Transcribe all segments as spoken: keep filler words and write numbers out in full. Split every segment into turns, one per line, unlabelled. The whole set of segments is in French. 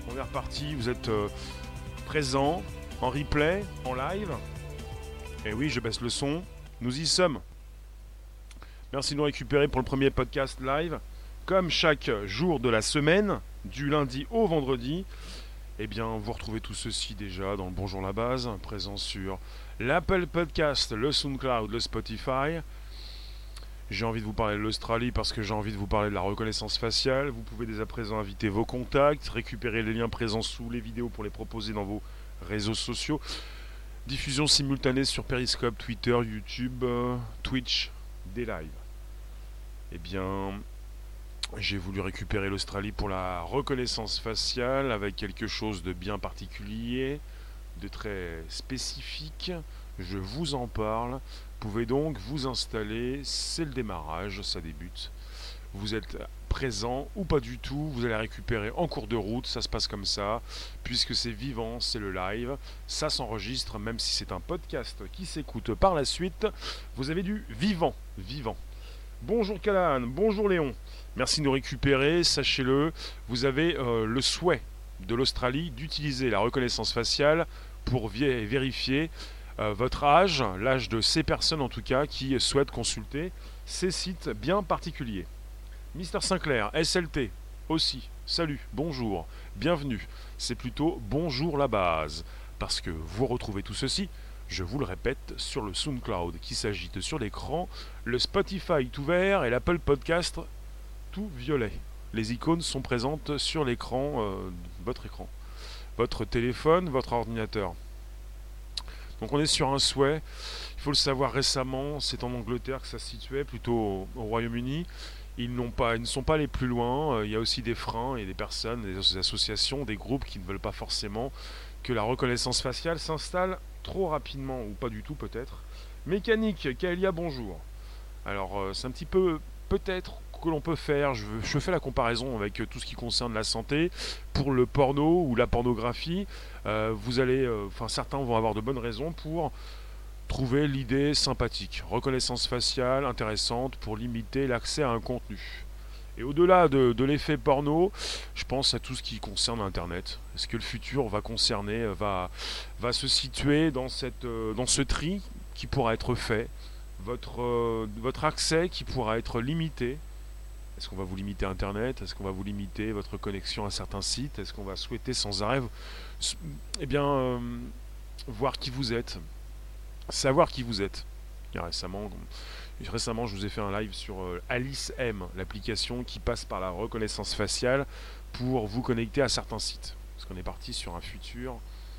On est reparti, vous êtes euh, présents, en replay, en live. Et oui, je baisse le son. Nous y sommes. Merci de nous récupérer pour le premier podcast live. Comme chaque jour de la semaine, du lundi au vendredi, eh bien, vous retrouvez tout ceci déjà dans le Bonjour la base, présent sur l'Apple Podcast, le SoundCloud, le Spotify. J'ai envie de vous parler de l'Australie parce que j'ai envie de vous parler de la reconnaissance faciale. Vous pouvez dès à présent inviter vos contacts, récupérer les liens présents sous les vidéos pour les proposer dans vos réseaux sociaux. Diffusion simultanée sur Periscope, Twitter, YouTube, euh, Twitch, des lives. Eh bien, j'ai voulu récupérer l'Australie pour la reconnaissance faciale avec quelque chose de bien particulier, de très spécifique. Je vous en parle. Vous pouvez donc vous installer, c'est le démarrage, ça débute. Vous êtes présent ou pas du tout, vous allez récupérer en cours de route, ça se passe comme ça, puisque c'est vivant, c'est le live, ça s'enregistre, même si c'est un podcast qui s'écoute par la suite, vous avez du vivant, vivant. Bonjour Callahan, bonjour Léon, merci de nous récupérer, sachez-le, vous avez euh, le souhait de l'Australie d'utiliser la reconnaissance faciale pour vé- vérifier euh, votre âge, l'âge de ces personnes en tout cas qui souhaitent consulter ces sites bien particuliers. Mister Sinclair, S L T, aussi, salut, bonjour, bienvenue, c'est plutôt bonjour la base, parce que vous retrouvez tout ceci, je vous le répète, sur le SoundCloud qui s'agite sur l'écran, le Spotify tout vert et l'Apple Podcast tout violet. Les icônes sont présentes sur l'écran, euh, votre écran, votre téléphone, votre ordinateur. Donc on est sur un souhait, il faut le savoir récemment, c'est en Angleterre que ça se situait, plutôt au, au Royaume-Uni. Ils, n'ont pas, ils ne sont pas allés plus loin, il y a aussi des freins et des personnes, des associations, des groupes qui ne veulent pas forcément que la reconnaissance faciale s'installe trop rapidement, ou pas du tout peut-être. Mécanique, Kaelia, bonjour. Alors c'est un petit peu peut-être que l'on peut faire, je, je fais la comparaison avec tout ce qui concerne la santé, pour le porno ou la pornographie, euh, vous allez, enfin euh, certains vont avoir de bonnes raisons pour trouver l'idée sympathique, reconnaissance faciale intéressante pour limiter l'accès à un contenu. Et au-delà de, de l'effet porno, je pense à tout ce qui concerne Internet. Est-ce que le futur va concerner, va, va se situer dans, cette, dans ce tri qui pourra être fait, votre, euh, votre accès qui pourra être limité. Est-ce qu'on va vous limiter Internet? Est-ce qu'on va vous limiter votre connexion à certains sites? Est-ce qu'on va souhaiter sans arrêt, eh bien, euh, voir qui vous êtes? Savoir qui vous êtes. Récemment, récemment, je vous ai fait un live sur euh, Alice M, l'application qui passe par la reconnaissance faciale pour vous connecter à certains sites. Parce qu'on est parti sur un futur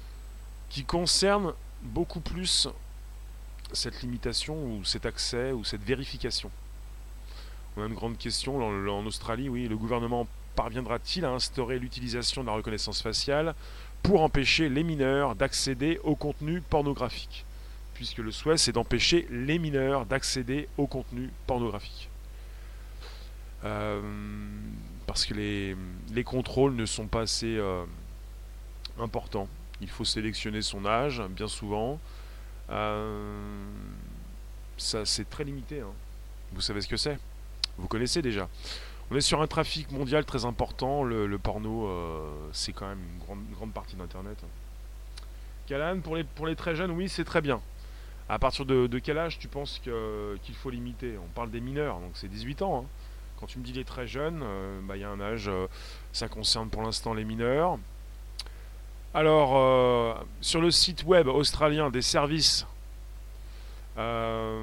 qui concerne beaucoup plus cette limitation ou cet accès ou cette vérification. On a une grande question en, en Australie, oui, le gouvernement parviendra-t-il à instaurer l'utilisation de la reconnaissance faciale pour empêcher les mineurs d'accéder au contenu pornographique? Puisque le souhait, c'est d'empêcher les mineurs d'accéder au contenu pornographique. Euh, parce que les, les contrôles ne sont pas assez euh, importants. Il faut sélectionner son âge, bien souvent. Euh, ça, c'est très limité. Hein. Vous savez ce que c'est? Vous connaissez déjà. On est sur un trafic mondial très important. Le, le porno, euh, c'est quand même une grande, une grande partie d'Internet. Callahan, pour les, pour les très jeunes, oui, c'est très bien. À partir de, de quel âge tu penses que, qu'il faut limiter? On parle des mineurs, donc c'est dix-huit ans. Hein. Quand tu me dis les très jeunes, euh, bah, y a un âge, euh, ça concerne pour l'instant les mineurs. Alors, euh, sur le site web australien des services euh,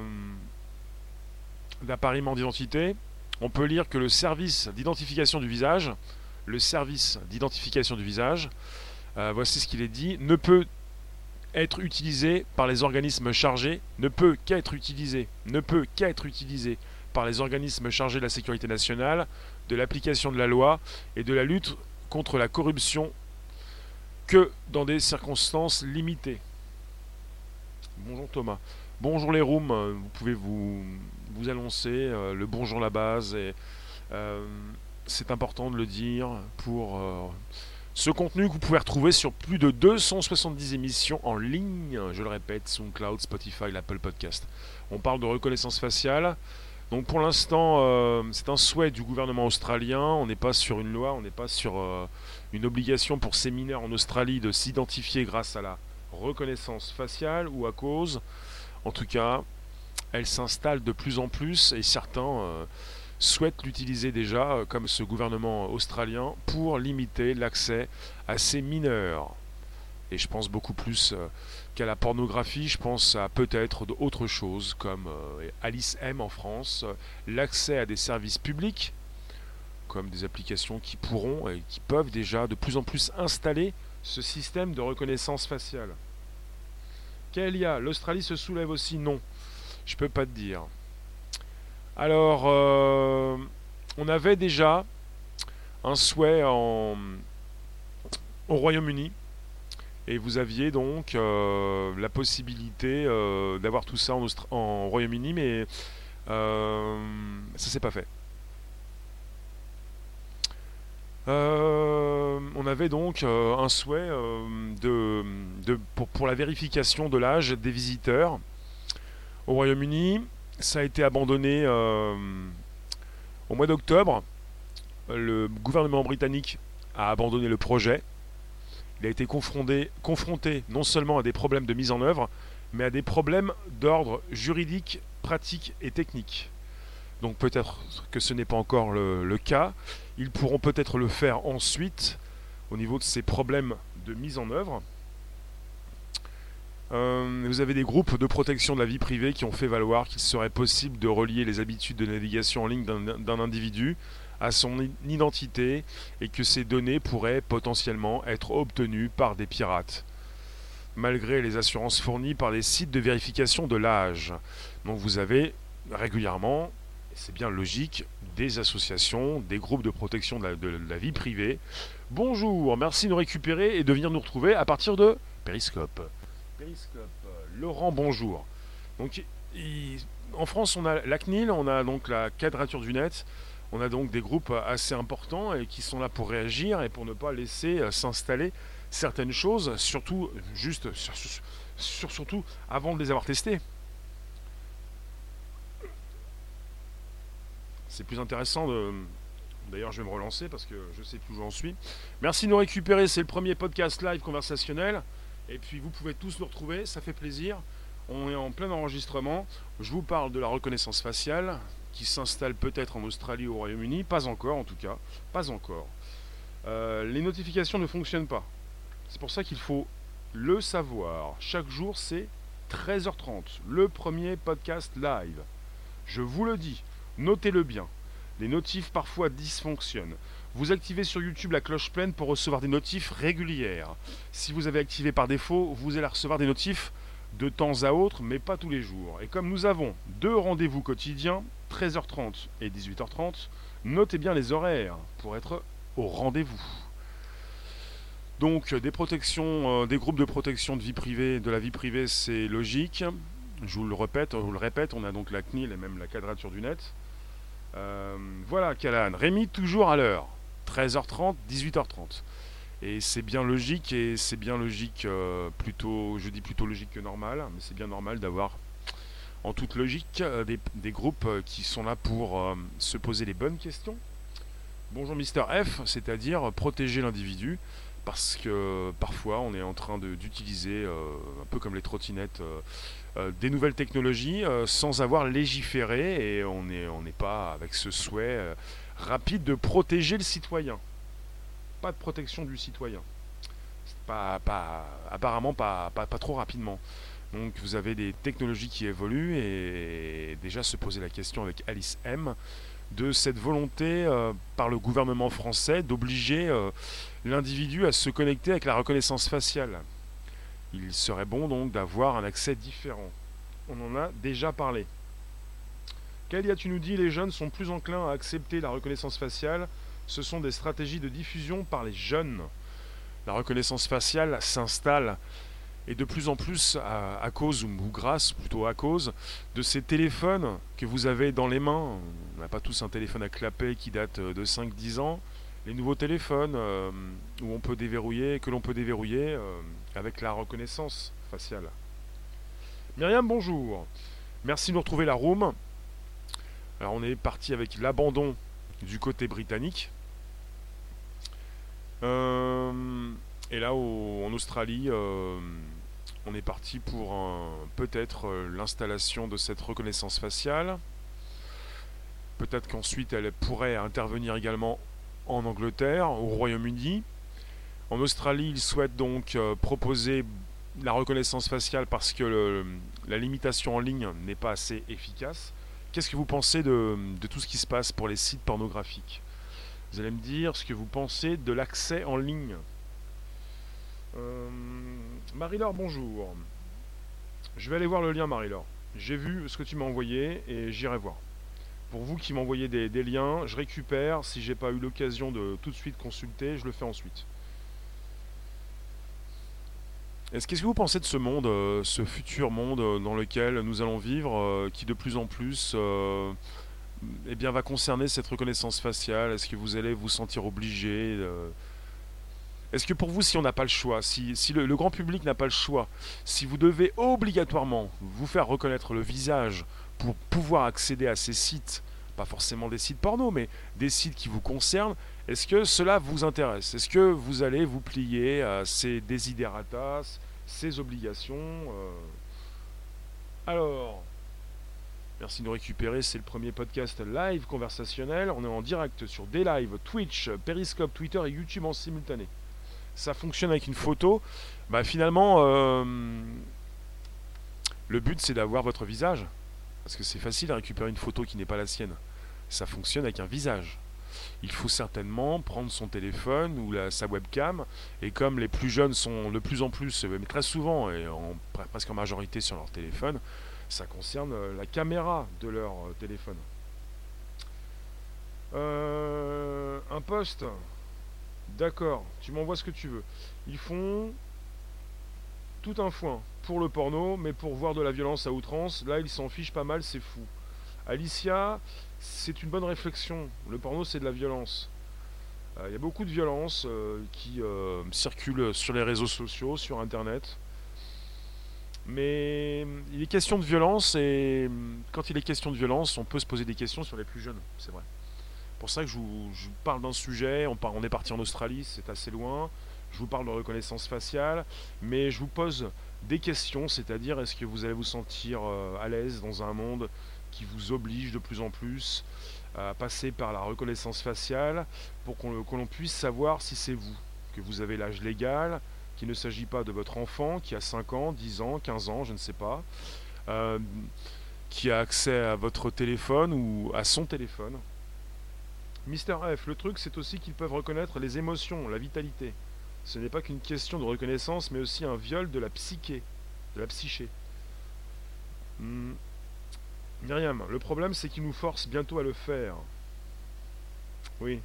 d'appariement d'identité, on peut lire que le service d'identification du visage, le service d'identification du visage, euh, voici ce qu'il est dit, ne peut être utilisé par les organismes chargés, ne peut qu'être utilisé, ne peut qu'être utilisé par les organismes chargés de la sécurité nationale, de l'application de la loi et de la lutte contre la corruption que dans des circonstances limitées. Bonjour Thomas. Bonjour les rooms, vous pouvez vous, vous annoncer, euh, le bonjour la base, et euh, c'est important de le dire pour... Euh, Ce contenu que vous pouvez retrouver sur plus de deux cent soixante-dix émissions en ligne, je le répète, SoundCloud, Spotify, l'Apple Podcast. On parle de reconnaissance faciale, Donc pour l'instant, euh, c'est un souhait du gouvernement australien. On n'est pas sur une loi, on n'est pas sur euh, une obligation pour ces mineurs en Australie de s'identifier grâce à la reconnaissance faciale ou à cause. En tout cas, elle s'installe de plus en plus et certains euh, souhaitent l'utiliser déjà, euh, comme ce gouvernement australien, pour limiter l'accès à ces mineurs. Et je pense beaucoup plus euh, qu'à la pornographie, je pense à peut-être d'autres choses comme euh, Alice M en France, euh, l'accès à des services publics, comme des applications qui pourront et qui peuvent déjà de plus en plus installer ce système de reconnaissance faciale. Kélia, l'Australie se soulève aussi? Non, je peux pas te dire. Alors, euh, on avait déjà un souhait en, au Royaume-Uni. Et vous aviez donc euh, la possibilité euh, d'avoir tout ça en, Austra- en Royaume-Uni, mais euh, ça s'est pas fait. Euh, on avait donc euh, un souhait euh, de, de- pour, pour la vérification de l'âge des visiteurs au Royaume-Uni. Ça a été abandonné euh, au mois d'octobre. Le gouvernement britannique a abandonné le projet. Il a été confronté, confronté non seulement à des problèmes de mise en œuvre, mais à des problèmes d'ordre juridique, pratique et technique. Donc peut-être que ce n'est pas encore le, le cas. Ils pourront peut-être le faire ensuite au niveau de ces problèmes de mise en œuvre. Euh, vous avez des groupes de protection de la vie privée qui ont fait valoir qu'il serait possible de relier les habitudes de navigation en ligne d'un, d'un individu à son identité et que ces données pourraient potentiellement être obtenues par des pirates, malgré les assurances fournies par des sites de vérification de l'âge. Donc vous avez régulièrement, et c'est bien logique, des associations, des groupes de protection de la, de la vie privée. Bonjour, merci de nous récupérer et de venir nous retrouver à partir de Periscope. Periscope, Laurent, bonjour. Donc, il, en France, on a la C N I L, on a donc la Quadrature du Net, on a donc des groupes assez importants et qui sont là pour réagir et pour ne pas laisser euh, s'installer certaines choses, surtout juste sur, sur, surtout avant de les avoir testées. C'est plus intéressant de. D'ailleurs, je vais me relancer parce que je sais plus où j'en suis. Merci de nous récupérer. C'est le premier podcast live conversationnel. Et puis, vous pouvez tous nous retrouver. Ça fait plaisir. On est en plein enregistrement. Je vous parle de la reconnaissance faciale qui s'installe peut-être en Australie ou au Royaume-Uni. Pas encore, en tout cas. Pas encore. Euh, les notifications ne fonctionnent pas. C'est pour ça qu'il faut le savoir. Chaque jour, c'est treize heures trente. Le premier podcast live. Je vous le dis. Notez-le bien. Les notifs parfois dysfonctionnent. Vous activez sur YouTube la cloche pleine pour recevoir des notifs régulières. Si vous avez activé par défaut, vous allez recevoir des notifs de temps à autre, mais pas tous les jours. Et comme nous avons deux rendez-vous quotidiens, treize heures trente et dix-huit heures trente, notez bien les horaires pour être au rendez-vous. Donc des protections, euh, des groupes de protection de vie privée, de la vie privée, c'est logique. Je vous le répète, je vous le répète, on a donc la C N I L et même la Quadrature du Net. Euh, voilà, Calan. Rémi, toujours à l'heure. treize heures trente, dix-huit heures trente. Et c'est bien logique, et c'est bien logique, euh, plutôt, je dis plutôt logique que normal, mais c'est bien normal d'avoir, en toute logique, euh, des, des groupes euh, qui sont là pour euh, se poser les bonnes questions. Bonjour Mister F, c'est-à-dire protéger l'individu, parce que parfois on est en train de, d'utiliser, euh, un peu comme les trottinettes, euh, euh, des nouvelles technologies euh, sans avoir légiféré, et on n'est on n'est pas avec ce souhait euh, rapide de protéger le citoyen. Pas de protection du citoyen. Pas, pas, apparemment pas, pas, pas trop rapidement. Donc vous avez des technologies qui évoluent et déjà se poser la question avec Alice M de cette volonté euh, par le gouvernement français d'obliger euh, l'individu à se connecter avec la reconnaissance faciale. Il serait bon donc d'avoir un accès différent. On en a déjà parlé. Kalia, tu nous dis les jeunes sont plus enclins à accepter la reconnaissance faciale. Ce sont des stratégies de diffusion par les jeunes. La reconnaissance faciale s'installe et de plus en plus à, à cause, ou grâce plutôt à cause, de ces téléphones que vous avez dans les mains. On n'a pas tous un téléphone à clapet qui date de cinq dix ans. Les nouveaux téléphones euh, où on peut déverrouiller, que l'on peut déverrouiller euh, avec la reconnaissance faciale. Myriam, bonjour. Merci de nous retrouver la room. Alors on est parti avec l'abandon du côté britannique. Euh, et là au, en Australie, euh, on est parti pour peut-être euh, l'installation de cette reconnaissance faciale. Peut-être qu'ensuite elle pourrait intervenir également en Angleterre, au Royaume-Uni. En Australie, ils souhaitent donc euh, proposer la reconnaissance faciale parce que le, la limitation en ligne n'est pas assez efficace. Qu'est-ce que vous pensez de, de tout ce qui se passe pour les sites pornographiques? Vous allez me dire ce que vous pensez de l'accès en ligne. Euh, Marie-Laure, bonjour. Je vais aller voir le lien, Marie-Laure. J'ai vu ce que tu m'as envoyé et j'irai voir. Pour vous qui m'envoyez des, des liens, je récupère. Si j'ai pas eu l'occasion de tout de suite consulter, je le fais ensuite. Est-ce qu'est-ce que vous pensez de ce monde, euh, ce futur monde euh, dans lequel nous allons vivre, euh, qui de plus en plus euh, eh bien, va concerner cette reconnaissance faciale? Est-ce que vous allez vous sentir obligé euh, Est-ce que pour vous, si on n'a pas le choix, si, si le, le grand public n'a pas le choix, si vous devez obligatoirement vous faire reconnaître le visage pour pouvoir accéder à ces sites, pas forcément des sites porno, mais des sites qui vous concernent, est-ce que cela vous intéresse? Est-ce que vous allez vous plier à ces desiderata, ces obligations euh Alors, merci de nous récupérer, c'est le premier podcast live conversationnel. On est en direct sur des lives, Twitch, Periscope, Twitter et YouTube en simultané. Ça fonctionne avec une photo. Bah finalement, euh, le but c'est d'avoir votre visage. Parce que c'est facile à récupérer une photo qui n'est pas la sienne. Ça fonctionne avec un visage. Il faut certainement prendre son téléphone ou la, sa webcam. Et comme les plus jeunes sont de plus en plus, mais très souvent, et en, presque en majorité sur leur téléphone, ça concerne la caméra de leur téléphone. Euh, un post. D'accord, tu m'envoies ce que tu veux. Ils font tout un foin pour le porno, mais pour voir de la violence à outrance, là ils s'en fichent pas mal, c'est fou. Alicia, c'est une bonne réflexion. Le porno c'est de la violence. Il euh, y a beaucoup de violence euh, qui euh, circule sur les réseaux sociaux, sur internet. Mais il est question de violence et quand il est question de violence, on peut se poser des questions sur les plus jeunes, c'est vrai. C'est pour ça que je vous, je vous parle d'un sujet, on, part, on est parti en Australie, c'est assez loin, je vous parle de reconnaissance faciale, mais je vous pose des questions, c'est-à-dire est-ce que vous allez vous sentir euh, à l'aise dans un monde qui vous oblige de plus en plus à passer par la reconnaissance faciale pour qu'on, que l'on puisse savoir si c'est vous, que vous avez l'âge légal, qu'il ne s'agit pas de votre enfant qui a cinq ans, dix ans, quinze ans, je ne sais pas, euh, qui a accès à votre téléphone ou à son téléphone. Mister F, le truc c'est aussi qu'ils peuvent reconnaître les émotions, la vitalité. Ce n'est pas qu'une question de reconnaissance, mais aussi un viol de la psyché, de la psyché. Hmm. Myriam, le problème c'est qu'ils nous forcent bientôt à le faire. Oui.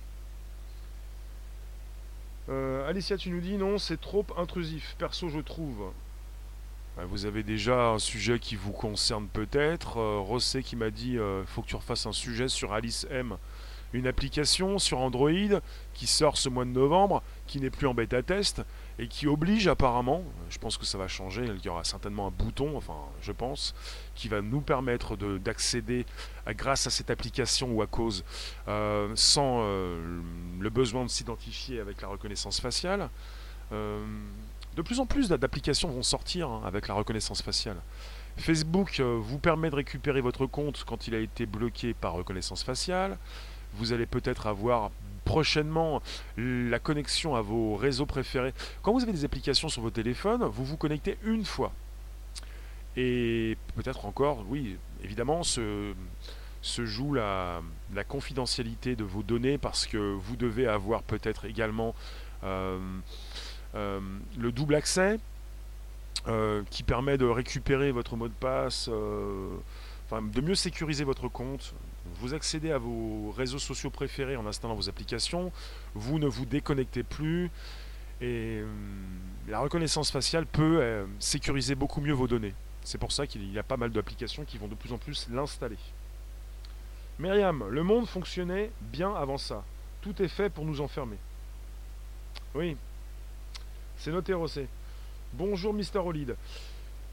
Euh, Alicia, tu nous dis non, c'est trop intrusif. Perso, je trouve. Vous avez déjà un sujet qui vous concerne peut-être. Euh, Rossé qui m'a dit euh, faut que tu refasses un sujet sur Alice M. Une application sur Android qui sort ce mois de novembre, qui n'est plus en bêta test et qui oblige apparemment, je pense que ça va changer, il y aura certainement un bouton, enfin je pense, qui va nous permettre de, d'accéder à, grâce à cette application ou à cause, euh, sans euh, le besoin de s'identifier avec la reconnaissance faciale. Euh, de plus en plus d'applications vont sortir hein, avec la reconnaissance faciale. Facebook euh, vous permet de récupérer votre compte quand il a été bloqué par reconnaissance faciale. Vous allez peut-être avoir prochainement la connexion à vos réseaux préférés. Quand vous avez des applications sur vos téléphones, vous vous connectez une fois. Et peut-être encore, oui, évidemment, se, se joue la, la confidentialité de vos données parce que vous devez avoir peut-être également euh, euh, le double accès euh, qui permet de récupérer votre mot de passe, euh, enfin, de mieux sécuriser votre compte. Vous accédez à vos réseaux sociaux préférés en installant vos applications, vous ne vous déconnectez plus et euh, la reconnaissance faciale peut euh, sécuriser beaucoup mieux vos données. C'est pour ça qu'il y a pas mal d'applications qui vont de plus en plus l'installer. Myriam, le monde fonctionnait bien avant ça. Tout est fait pour nous enfermer. Oui, c'est noté, Rossé. Bonjour Mister Olid.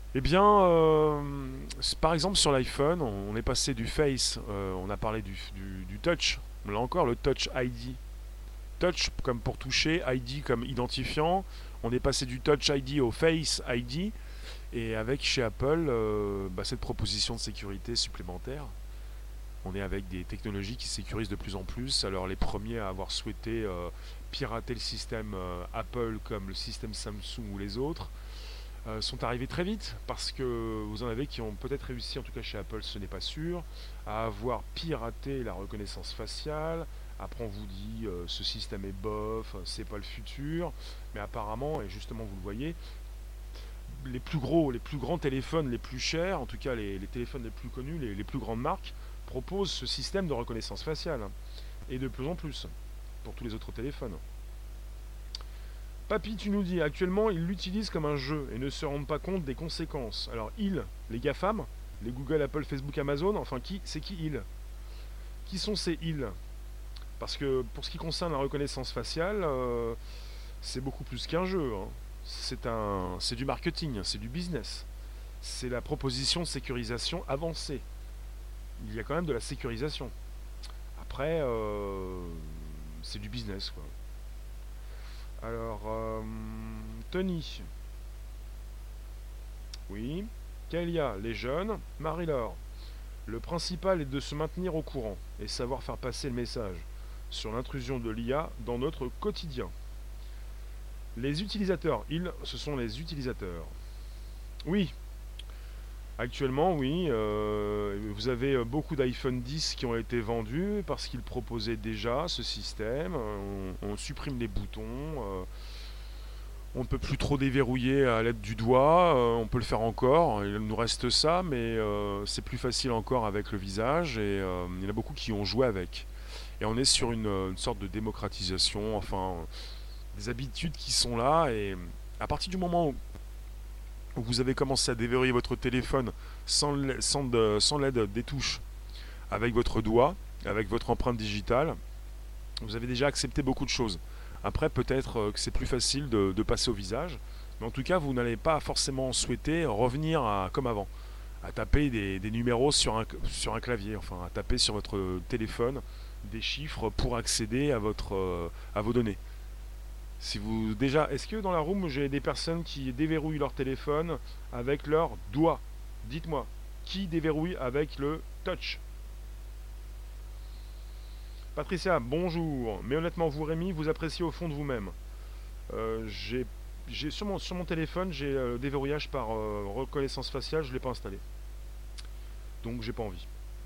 Eh bien, euh, par exemple sur l'iPhone, on est passé du Face, euh, on a parlé du, du, du Touch. Là encore, le Touch I D. Touch comme pour toucher, I D comme identifiant. On est passé du Touch I D au Face I D. Et avec chez Apple, euh, bah, cette proposition de sécurité supplémentaire, on est avec des technologies qui sécurisent de plus en plus. Alors les premiers à avoir souhaité euh, pirater le système euh, Apple comme le système Samsung ou les autres euh, sont arrivés très vite parce que vous en avez qui ont peut-être réussi, en tout cas chez Apple ce n'est pas sûr, à avoir piraté la reconnaissance faciale. Après on vous dit euh, ce système est bof, c'est pas le futur, mais apparemment, et justement vous le voyez, les plus gros, les plus grands téléphones les plus chers, en tout cas les, les téléphones les plus connus, les, les plus grandes marques, proposent ce système de reconnaissance faciale. Et de plus en plus, pour tous les autres téléphones. Papy, tu nous dis, actuellement, ils l'utilisent comme un jeu et ne se rendent pas compte des conséquences. Alors, ils, les GAFAM, les Google, Apple, Facebook, Amazon, enfin, qui, c'est qui ils? Qui sont ces ils? Parce que pour ce qui concerne la reconnaissance faciale, euh, c'est beaucoup plus qu'un jeu. Hein. C'est un, c'est du marketing, c'est du business. C'est la proposition de sécurisation avancée. Il y a quand même de la sécurisation. Après, euh, c'est du business, quoi. Alors, euh, Tony. Oui. Kalia, les jeunes. Marie-Laure. Le principal est de se maintenir au courant et savoir faire passer le message sur l'intrusion de l'I A dans notre quotidien. Les utilisateurs, ils, ce sont les utilisateurs. Oui, actuellement, oui, euh, vous avez beaucoup d'iPhone dix qui ont été vendus parce qu'ils proposaient déjà ce système. On, on supprime les boutons, euh, on ne peut plus trop déverrouiller à l'aide du doigt, euh, on peut le faire encore, il nous reste ça, mais euh, c'est plus facile encore avec le visage et euh, il y en a beaucoup qui ont joué avec. Et on est sur une, une sorte de démocratisation, enfin, des habitudes qui sont là et à partir du moment où où vous avez commencé à déverrouiller votre téléphone sans, sans, de, sans l'aide des touches, avec votre doigt, avec votre empreinte digitale, vous avez déjà accepté beaucoup de choses. Après, peut-être que c'est plus facile de, de passer au visage, mais en tout cas, vous n'allez pas forcément souhaiter revenir à, comme avant, à taper des, des numéros sur un, sur un clavier, enfin à taper sur votre téléphone des chiffres pour accéder à, votre, à vos données. Si vous déjà, est-ce que dans la room j'ai des personnes qui déverrouillent leur téléphone avec leur doigt? Dites-moi, qui déverrouille avec le touch? Patricia, bonjour. Mais honnêtement, vous Rémi, vous appréciez au fond de vous-même. Euh, j'ai, j'ai sur mon sur mon téléphone, j'ai le euh, déverrouillage par euh, reconnaissance faciale, je l'ai pas installé, donc j'ai pas envie.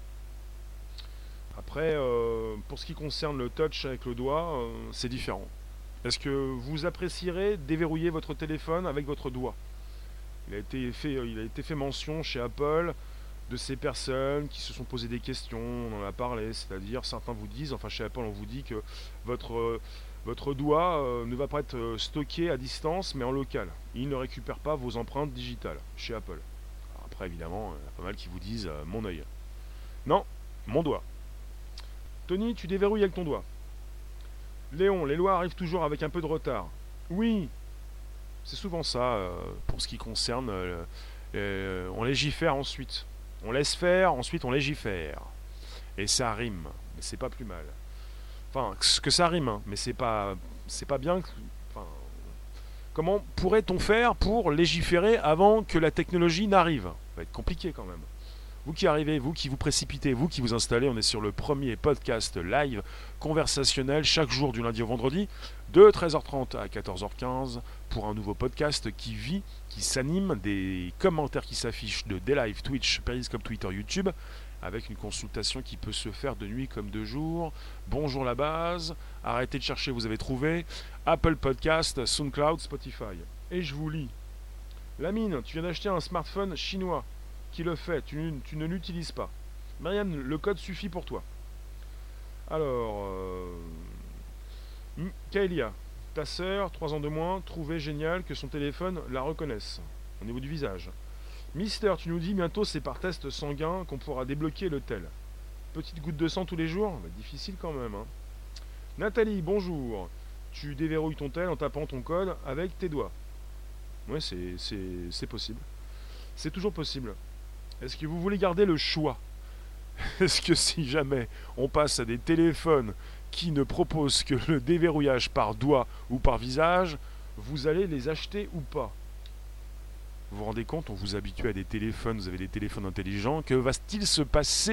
Après, euh, pour ce qui concerne le touch avec le doigt, euh, c'est différent. Est-ce que vous apprécierez déverrouiller votre téléphone avec votre doigt? Il a été fait, il a été fait mention chez Apple de ces personnes qui se sont posées des questions, on en a parlé, c'est-à-dire certains vous disent, enfin chez Apple on vous dit que votre, euh, votre doigt euh, ne va pas être euh, stocké à distance mais en local. Il ne récupère pas vos empreintes digitales chez Apple. Alors après évidemment, il y en a pas mal qui vous disent euh, mon œil. Non, mon doigt. Tony, tu déverrouilles avec ton doigt. Léon, les lois arrivent toujours avec un peu de retard. Oui, c'est souvent ça euh, pour ce qui concerne. Euh, euh, on légifère ensuite. On laisse faire, ensuite on légifère. Et ça rime, mais c'est pas plus mal. Enfin, que ça rime, hein, mais c'est pas, c'est pas bien. Enfin, comment pourrait-on faire pour légiférer avant que la technologie n'arrive? Ça va être compliqué quand même. Vous qui arrivez, vous qui vous précipitez, vous qui vous installez, on est sur le premier podcast live conversationnel chaque jour du lundi au vendredi de treize heures trente à quatorze heures quinze pour un nouveau podcast qui vit, qui s'anime, des commentaires qui s'affichent de des live Twitch, Periscope, Twitter, YouTube avec une consultation qui peut se faire de nuit comme de jour. Bonjour la base, arrêtez de chercher, vous avez trouvé Apple Podcast, SoundCloud, Spotify. Et je vous lis. Lamine, tu viens d'acheter un smartphone chinois. Qui le fait, tu, tu ne l'utilises pas. Marianne, le code suffit pour toi. Alors, euh, Kaelia, ta sœur, trois ans de moins, trouvait génial que son téléphone la reconnaisse au niveau du visage. Mister, tu nous dis bientôt c'est par test sanguin qu'on pourra débloquer le tel. Petite goutte de sang tous les jours, bah, difficile quand même. Hein. Nathalie, bonjour. Tu déverrouilles ton tel en tapant ton code avec tes doigts. Ouais, c'est possible. C'est toujours possible. Est-ce que vous voulez garder le choix? Est-ce que si jamais on passe à des téléphones qui ne proposent que le déverrouillage par doigt ou par visage, vous allez les acheter ou pas? Vous vous rendez compte, on vous habitue à des téléphones, vous avez des téléphones intelligents, que va-t-il se passer